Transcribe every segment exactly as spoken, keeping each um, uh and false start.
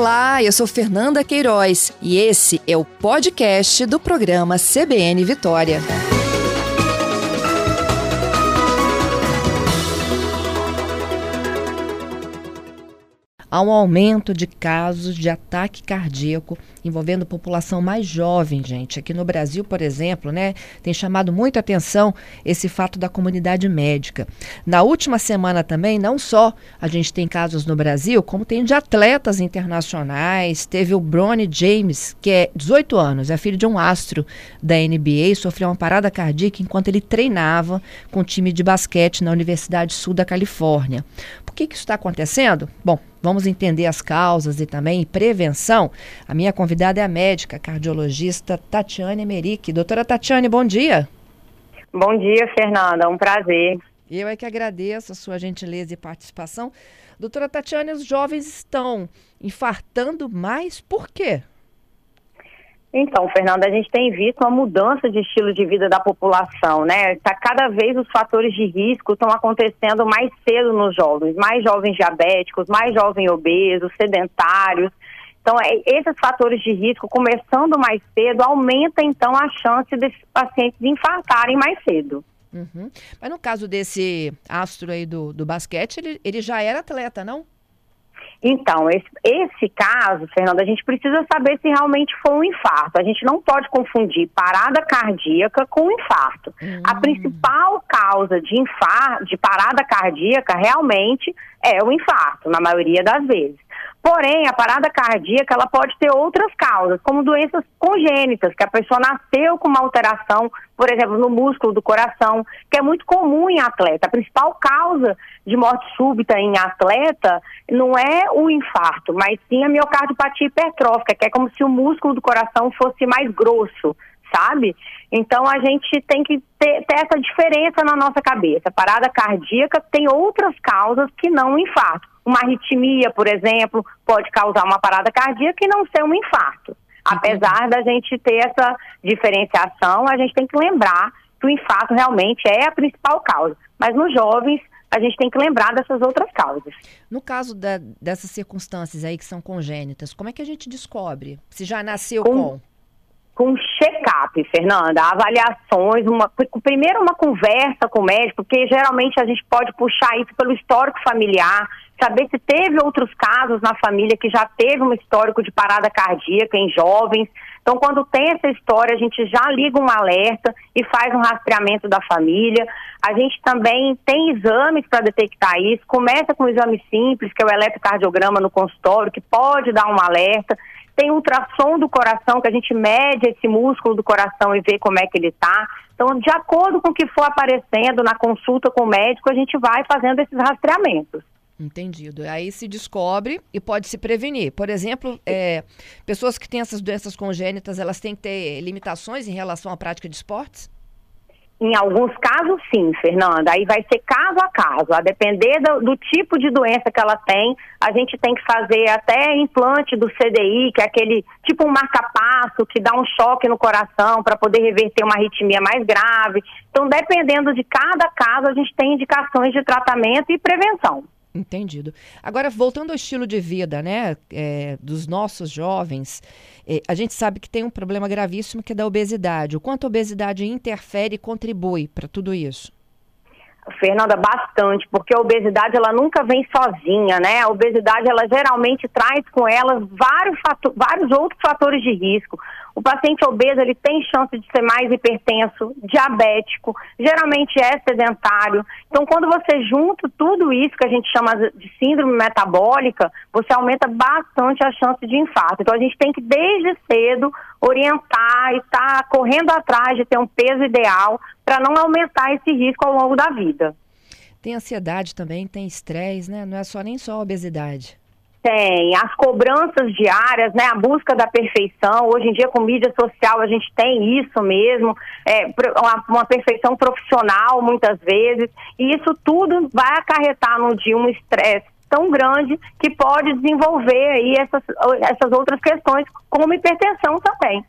Olá, eu sou Fernanda Queiroz e esse é o podcast do programa C B N Vitória. Há um aumento de casos de ataque cardíaco envolvendo população mais jovem, gente. Aqui no Brasil, por exemplo, né, tem chamado muita atenção esse fato da comunidade médica. Na última semana também, não só a gente tem casos no Brasil, como tem de atletas internacionais. Teve o Bronny James, que é dezoito anos, é filho de um astro da N B A, sofreu uma parada cardíaca enquanto ele treinava com o time de basquete na Universidade Sul da Califórnia. Por que que isso está acontecendo? Bom, vamos entender as causas e também prevenção. A minha convidada é a médica cardiologista Tatiane Emerick. Doutora Tatiane, bom dia. Bom dia, Fernanda. Um prazer. Eu é que agradeço a sua gentileza e participação. Doutora Tatiane, os jovens estão infartando mais, por quê? Então, Fernanda, a gente tem visto uma mudança de estilo de vida da população, né? Tá, cada vez os fatores de risco estão acontecendo mais cedo nos jovens, mais jovens diabéticos, mais jovens obesos, sedentários. Então, é, esses fatores de risco, começando mais cedo, aumenta, então, a chance desses pacientes infartarem mais cedo. Uhum. Mas no caso desse astro aí do, do basquete, ele, ele já era atleta, não? Então, esse, esse caso, Fernanda, a gente precisa saber se realmente foi um infarto. A gente não pode confundir parada cardíaca com infarto. Hum. A principal causa de infarto, de parada cardíaca, realmente é o infarto, na maioria das vezes. Porém, a parada cardíaca, ela pode ter outras causas, como doenças congênitas, que a pessoa nasceu com uma alteração, por exemplo, no músculo do coração, que é muito comum em atleta. A principal causa de morte súbita em atleta não é o infarto, mas sim a miocardiopatia hipertrófica, que é como se o músculo do coração fosse mais grosso, sabe? Então, a gente tem que ter, ter essa diferença na nossa cabeça. A parada cardíaca tem outras causas que não o infarto. Uma arritmia, por exemplo, pode causar uma parada cardíaca e não ser um infarto. Apesar da gente ter essa diferenciação, a gente tem que lembrar que o infarto realmente é a principal causa. Mas nos jovens, a gente tem que lembrar dessas outras causas. No caso da, dessas circunstâncias aí que são congênitas, como é que a gente descobre? Se já nasceu com... com... Com check-up, Fernanda, avaliações, uma, primeiro uma conversa com o médico, porque geralmente a gente pode puxar isso pelo histórico familiar, saber se teve outros casos na família que já teve um histórico de parada cardíaca em jovens. Então, quando tem essa história, a gente já liga um alerta e faz um rastreamento da família. A gente também tem exames para detectar isso, começa com um exame simples, que é o eletrocardiograma no consultório, que pode dar um alerta. Tem ultrassom do coração, que a gente mede esse músculo do coração e vê como é que ele está. Então, de acordo com o que for aparecendo na consulta com o médico, a gente vai fazendo esses rastreamentos. Entendido. Aí se descobre e pode se prevenir. Por exemplo, é, pessoas que têm essas doenças congênitas, elas têm que ter limitações em relação à prática de esportes? Em alguns casos, sim, Fernanda. Aí vai ser caso a caso. A depender do, do tipo de doença que ela tem, a gente tem que fazer até implante do C D I, que é aquele tipo um marca-passo que dá um choque no coração para poder reverter uma arritmia mais grave. Então, dependendo de cada caso, a gente tem indicações de tratamento e prevenção. Entendido. Agora, voltando ao estilo de vida, né, é, dos nossos jovens, é, a gente sabe que tem um problema gravíssimo que é da obesidade. O quanto a obesidade interfere e contribui para tudo isso? Fernanda, bastante, porque a obesidade ela nunca vem sozinha, né? A obesidade ela geralmente traz com ela vários, fator, vários outros fatores de risco. O paciente obeso ele tem chance de ser mais hipertenso, diabético, geralmente é sedentário. Então, quando você junta tudo isso que a gente chama de síndrome metabólica, você aumenta bastante a chance de infarto. Então, a gente tem que desde cedo orientar e estar tá correndo atrás de ter um peso ideal para não aumentar esse risco ao longo da vida. Tem ansiedade também, tem estresse, né? Não é só nem só a obesidade. Tem, as cobranças diárias, né, a busca da perfeição. Hoje em dia com mídia social a gente tem isso mesmo, é, uma, uma perfeição profissional muitas vezes, e isso tudo vai acarretar no dia um estresse tão grande que pode desenvolver aí essas, essas outras questões, como hipertensão também.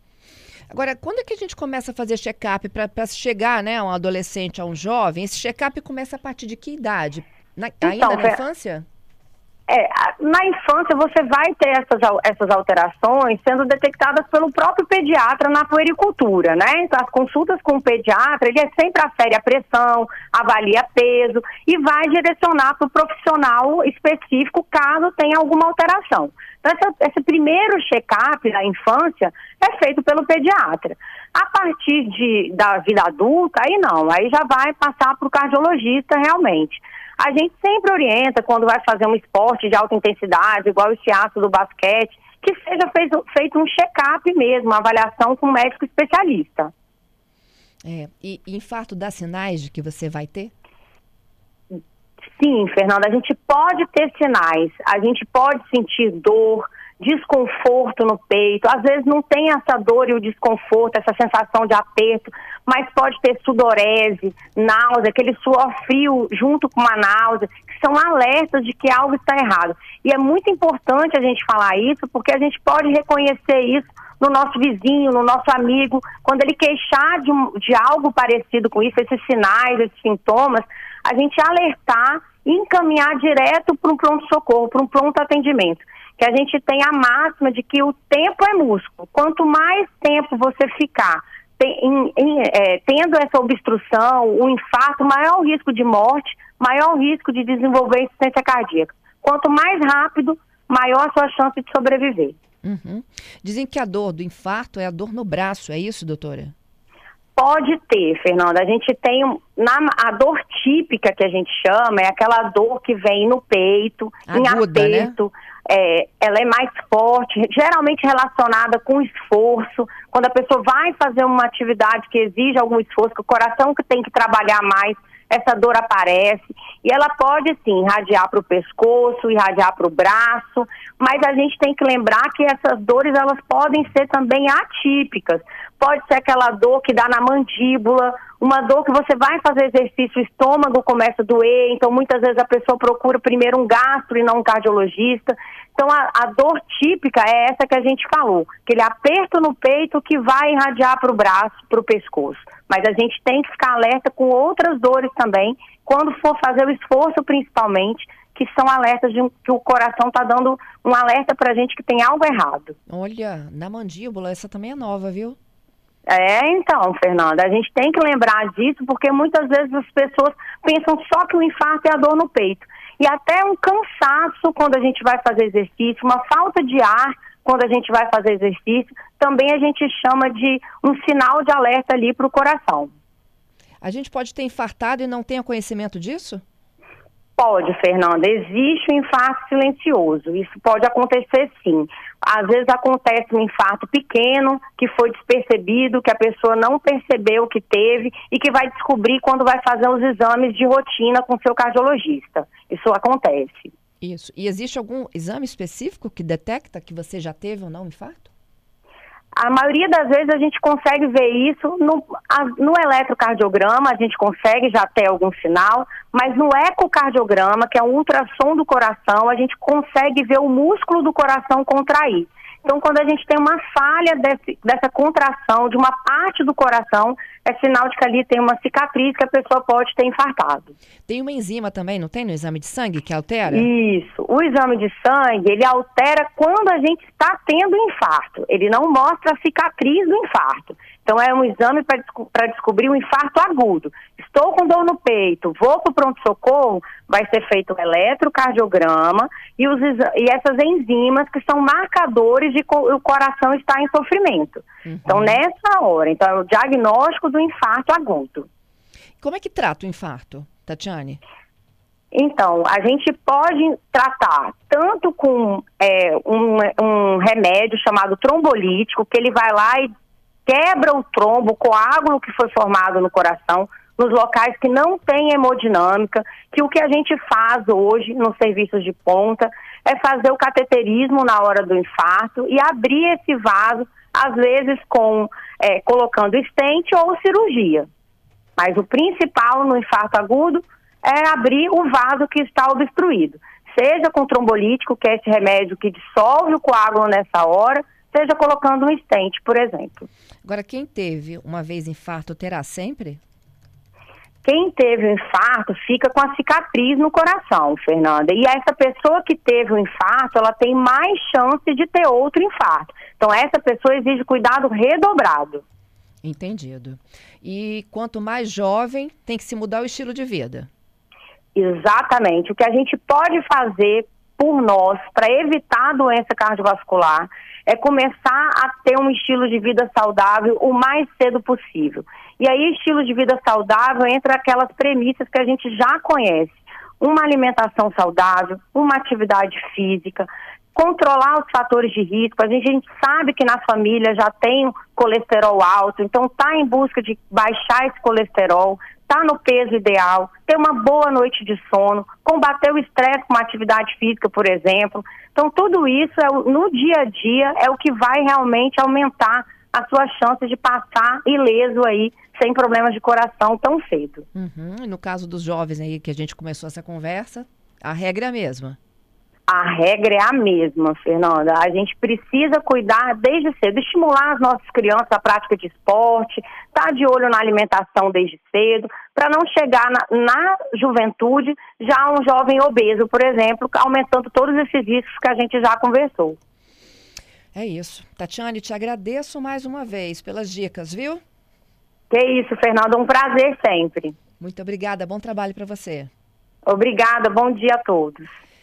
Agora, quando é que a gente começa a fazer check-up para chegar, né, a um adolescente, a um jovem? Esse check-up começa a partir de que idade? Na, então, ainda na infância? É, na infância você vai ter essas, essas alterações sendo detectadas pelo próprio pediatra na puericultura, né? Então as consultas com o pediatra, ele é sempre afere a pressão, avalia peso e vai direcionar para o profissional específico caso tenha alguma alteração. Então essa, esse primeiro check-up na infância é feito pelo pediatra. A partir de, da vida adulta, aí não, aí já vai passar para o cardiologista realmente. A gente sempre orienta, quando vai fazer um esporte de alta intensidade, igual esse aço do basquete, que seja feito, feito um check-up mesmo, uma avaliação com um médico especialista. É, e infarto dá sinais de que você vai ter? Sim, Fernanda, a gente pode ter sinais, a gente pode sentir dor, desconforto no peito, às vezes não tem essa dor e o desconforto, essa sensação de aperto, mas pode ter sudorese, náusea, aquele suor frio junto com uma náusea, que são alertas de que algo está errado. E é muito importante a gente falar isso, porque a gente pode reconhecer isso no nosso vizinho, no nosso amigo, quando ele queixar de, um, de algo parecido com isso, esses sinais, esses sintomas, a gente alertar e encaminhar direto para um pronto-socorro, para um pronto atendimento. Que a gente tem a máxima de que o tempo é músculo. Quanto mais tempo você ficar tem, em, é, tendo essa obstrução, o infarto, maior o risco de morte, maior o risco de desenvolver insuficiência cardíaca. Quanto mais rápido, maior a sua chance de sobreviver. Uhum. Dizem que a dor do infarto é a dor no braço, é isso, doutora? Pode ter, Fernanda. A gente tem na, a dor típica que a gente chama, é aquela dor que vem no peito, aguda, em aperto, né? É, ela é mais forte, geralmente relacionada com esforço. Quando a pessoa vai fazer uma atividade que exige algum esforço, que o coração que tem que trabalhar mais, essa dor aparece. E ela pode, sim, irradiar para o pescoço, irradiar para o braço, mas a gente tem que lembrar que essas dores, elas podem ser também atípicas. Pode ser aquela dor que dá na mandíbula, uma dor que você vai fazer exercício, o estômago começa a doer, então muitas vezes a pessoa procura primeiro um gastro e não um cardiologista. Então a, a dor típica é essa que a gente falou, aquele aperto no peito que vai irradiar para o braço, para o pescoço. Mas a gente tem que ficar alerta com outras dores também, quando for fazer o esforço principalmente, que são alertas de um, que o coração está dando um alerta para a gente que tem algo errado. Olha, na mandíbula, essa também é nova, viu? É, então, Fernanda, a gente tem que lembrar disso, porque muitas vezes as pessoas pensam só que o infarto é a dor no peito. E até um cansaço quando a gente vai fazer exercício, uma falta de ar quando a gente vai fazer exercício, também a gente chama de um sinal de alerta ali para o coração. A gente pode ter infartado e não ter conhecimento disso? Pode, Fernanda. Existe um infarto silencioso. Isso pode acontecer, sim. Às vezes acontece um infarto pequeno, que foi despercebido, que a pessoa não percebeu que teve e que vai descobrir quando vai fazer os exames de rotina com seu cardiologista. Isso acontece. Isso. E existe algum exame específico que detecta que você já teve ou não um infarto? A maioria das vezes a gente consegue ver isso no, a, no eletrocardiograma, a gente consegue já ter algum sinal, mas no ecocardiograma, que é um ultrassom do coração, a gente consegue ver o músculo do coração contrair. Então, quando a gente tem uma falha desse, dessa contração de uma parte do coração, é sinal de que ali tem uma cicatriz que a pessoa pode ter infartado. Tem uma enzima também, não tem, no exame de sangue que altera? Isso. O exame de sangue, ele altera quando a gente está tendo infarto. Ele não mostra a cicatriz do infarto. Então, é um exame para desco descobrir um infarto agudo. Estou com dor no peito, vou para o pronto-socorro, vai ser feito o eletrocardiograma e, os e essas enzimas que são marcadores de que o coração está em sofrimento. Uhum. Então, nessa hora, então é o diagnóstico do infarto agudo. Como é que trata o infarto, Tatiane? Então, a gente pode tratar tanto com é, um, um remédio chamado trombolítico, que ele vai lá e quebra o trombo, o coágulo que foi formado no coração, nos locais que não tem hemodinâmica, que o que a gente faz hoje nos serviços de ponta é fazer o cateterismo na hora do infarto e abrir esse vaso, às vezes com é, colocando estente ou cirurgia. Mas o principal no infarto agudo é abrir o vaso que está obstruído, seja com trombolítico, que é esse remédio que dissolve o coágulo nessa hora, seja colocando um estente, por exemplo. Agora, quem teve uma vez infarto terá sempre? Quem teve o infarto fica com a cicatriz no coração, Fernanda. E essa pessoa que teve o infarto, ela tem mais chance de ter outro infarto. Então, essa pessoa exige cuidado redobrado. Entendido. E quanto mais jovem, tem que se mudar o estilo de vida. Exatamente. O que a gente pode fazer por nós para evitar a doença cardiovascular é começar a ter um estilo de vida saudável o mais cedo possível. E aí, estilo de vida saudável entra aquelas premissas que a gente já conhece. Uma alimentação saudável, uma atividade física, controlar os fatores de risco. A gente, a gente sabe que na família já tem colesterol alto, então tá em busca de baixar esse colesterol, tá no peso ideal, ter uma boa noite de sono, combater o estresse com uma atividade física, por exemplo. Então, tudo isso é, no dia a dia é o que vai realmente aumentar a sua chance de passar ileso aí, sem problemas de coração tão cedo. Uhum. E no caso dos jovens aí que a gente começou essa conversa, a regra é a mesma. A regra é a mesma, Fernanda. A gente precisa cuidar desde cedo, estimular as nossas crianças à prática de esporte, estar de olho na alimentação desde cedo, para não chegar na, na juventude já um jovem obeso, por exemplo, aumentando todos esses riscos que a gente já conversou. É isso. Tatiane, te agradeço mais uma vez pelas dicas, viu? Que isso, Fernanda. Um prazer sempre. Muito obrigada. Bom trabalho para você. Obrigada. Bom dia a todos.